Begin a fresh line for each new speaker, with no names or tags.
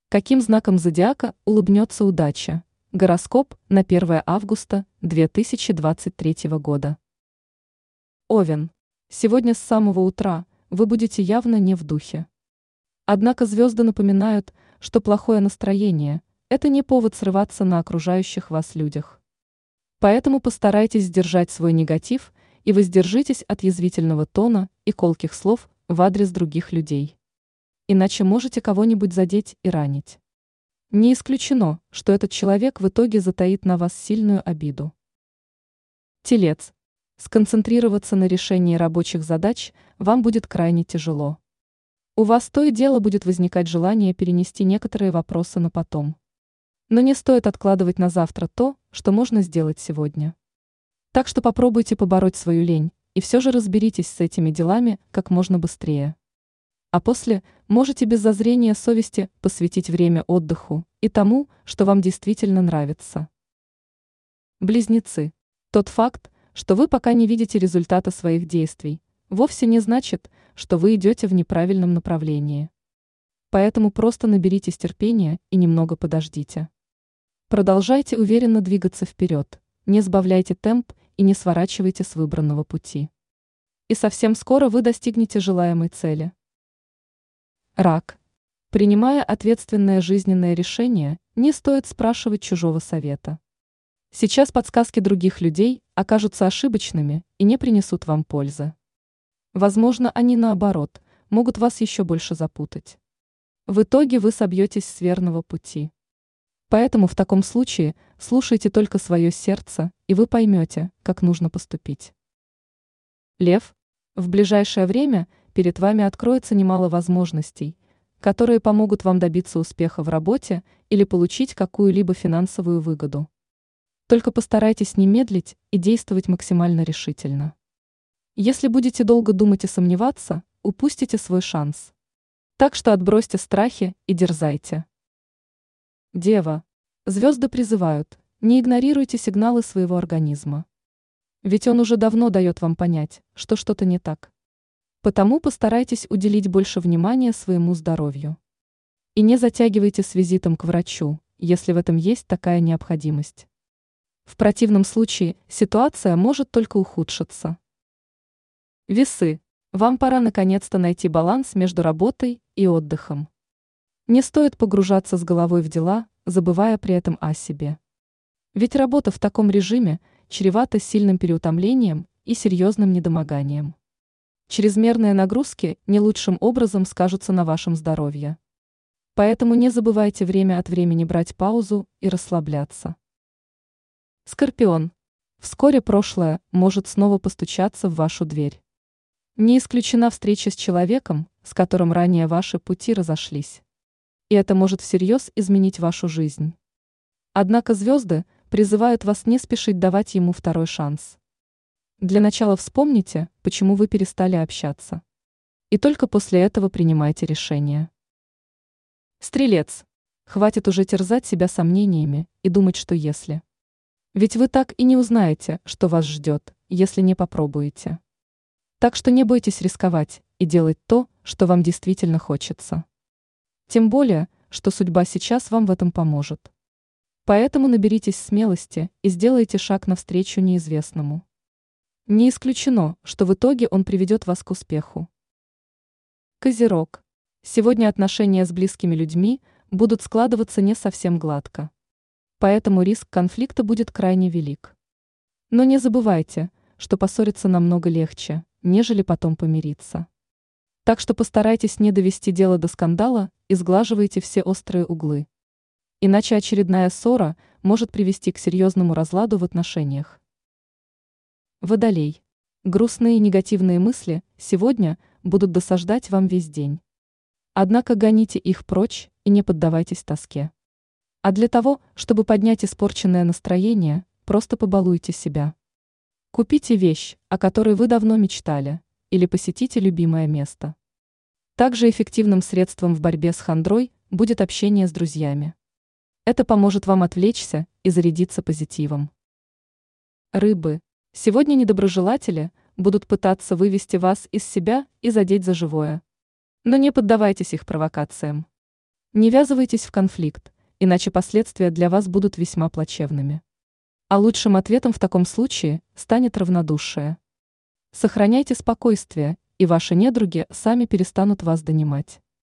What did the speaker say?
Каким знаком зодиака улыбнется удача? Гороскоп на 1 августа 2023 года. Овен. Сегодня с самого утра вы будете явно не в духе. Однако звезды напоминают, что плохое настроение – это не повод срываться на окружающих вас людях. Поэтому постарайтесь сдержать свой негатив и воздержитесь от язвительного тона и колких слов в адрес других людей. Иначе можете кого-нибудь задеть и ранить. Не исключено, что этот человек в итоге затаит на вас сильную обиду. Телец. Сконцентрироваться на решении рабочих задач вам будет крайне тяжело. У вас то и дело будет возникать желание перенести некоторые вопросы на потом. Но не стоит откладывать на завтра то, что можно сделать сегодня. Так что попробуйте побороть свою лень и все же разберитесь с этими делами как можно быстрее. А после можете без зазрения совести посвятить время отдыху и тому, что вам действительно нравится. Близнецы. Тот факт, что вы пока не видите результата своих действий, вовсе не значит, что вы идете в неправильном направлении. Поэтому просто наберитесь терпения и немного подождите. Продолжайте уверенно двигаться вперед, не сбавляйте темп и не сворачивайте с выбранного пути. И совсем скоро вы достигнете желаемой цели. Рак. Принимая ответственное жизненное решение, не стоит спрашивать чужого совета. Сейчас подсказки других людей окажутся ошибочными и не принесут вам пользы. Возможно, они наоборот, могут вас еще больше запутать. В итоге вы собьетесь с верного пути. Поэтому в таком случае слушайте только свое сердце, и вы поймете, как нужно поступить. Лев. В ближайшее время перед вами откроется немало возможностей, которые помогут вам добиться успеха в работе или получить какую-либо финансовую выгоду. Только постарайтесь не медлить и действовать максимально решительно. Если будете долго думать и сомневаться, упустите свой шанс. Так что отбросьте страхи и дерзайте. Дева. Звезды призывают, не игнорируйте сигналы своего организма. Ведь он уже давно дает вам понять, что что-то не так. Потому постарайтесь уделить больше внимания своему здоровью. И не затягивайте с визитом к врачу, если в этом есть такая необходимость. В противном случае ситуация может только ухудшиться. Весы. Вам пора наконец-то найти баланс между работой и отдыхом. Не стоит погружаться с головой в дела, забывая при этом о себе. Ведь работа в таком режиме чревата сильным переутомлением и серьезным недомоганием. Чрезмерные нагрузки не лучшим образом скажутся на вашем здоровье. Поэтому не забывайте время от времени брать паузу и расслабляться. Скорпион. Вскоре прошлое может снова постучаться в вашу дверь. Не исключена встреча с человеком, с которым ранее ваши пути разошлись. И это может всерьез изменить вашу жизнь. Однако звезды призывают вас не спешить давать ему второй шанс. Для начала вспомните, почему вы перестали общаться. И только после этого принимайте решение. Стрелец. Хватит уже терзать себя сомнениями и думать, что если. Ведь вы так и не узнаете, что вас ждет, если не попробуете. Так что не бойтесь рисковать и делать то, что вам действительно хочется. Тем более, что судьба сейчас вам в этом поможет. Поэтому наберитесь смелости и сделайте шаг навстречу неизвестному. Не исключено, что в итоге он приведет вас к успеху. Козерог. Сегодня отношения с близкими людьми будут складываться не совсем гладко. Поэтому риск конфликта будет крайне велик. Но не забывайте, что поссориться намного легче, нежели потом помириться. Так что постарайтесь не довести дело до скандала и сглаживайте все острые углы. Иначе очередная ссора может привести к серьезному разладу в отношениях. Водолей. Грустные и негативные мысли сегодня будут досаждать вам весь день. Однако гоните их прочь и не поддавайтесь тоске. А для того, чтобы поднять испорченное настроение, просто побалуйте себя. Купите вещь, о которой вы давно мечтали, или посетите любимое место. Также эффективным средством в борьбе с хандрой будет общение с друзьями. Это поможет вам отвлечься и зарядиться позитивом. Рыбы. Сегодня недоброжелатели будут пытаться вывести вас из себя и задеть за живое. Но не поддавайтесь их провокациям. Не ввязывайтесь в конфликт, иначе последствия для вас будут весьма плачевными. А лучшим ответом в таком случае станет равнодушие. Сохраняйте спокойствие, и ваши недруги сами перестанут вас донимать.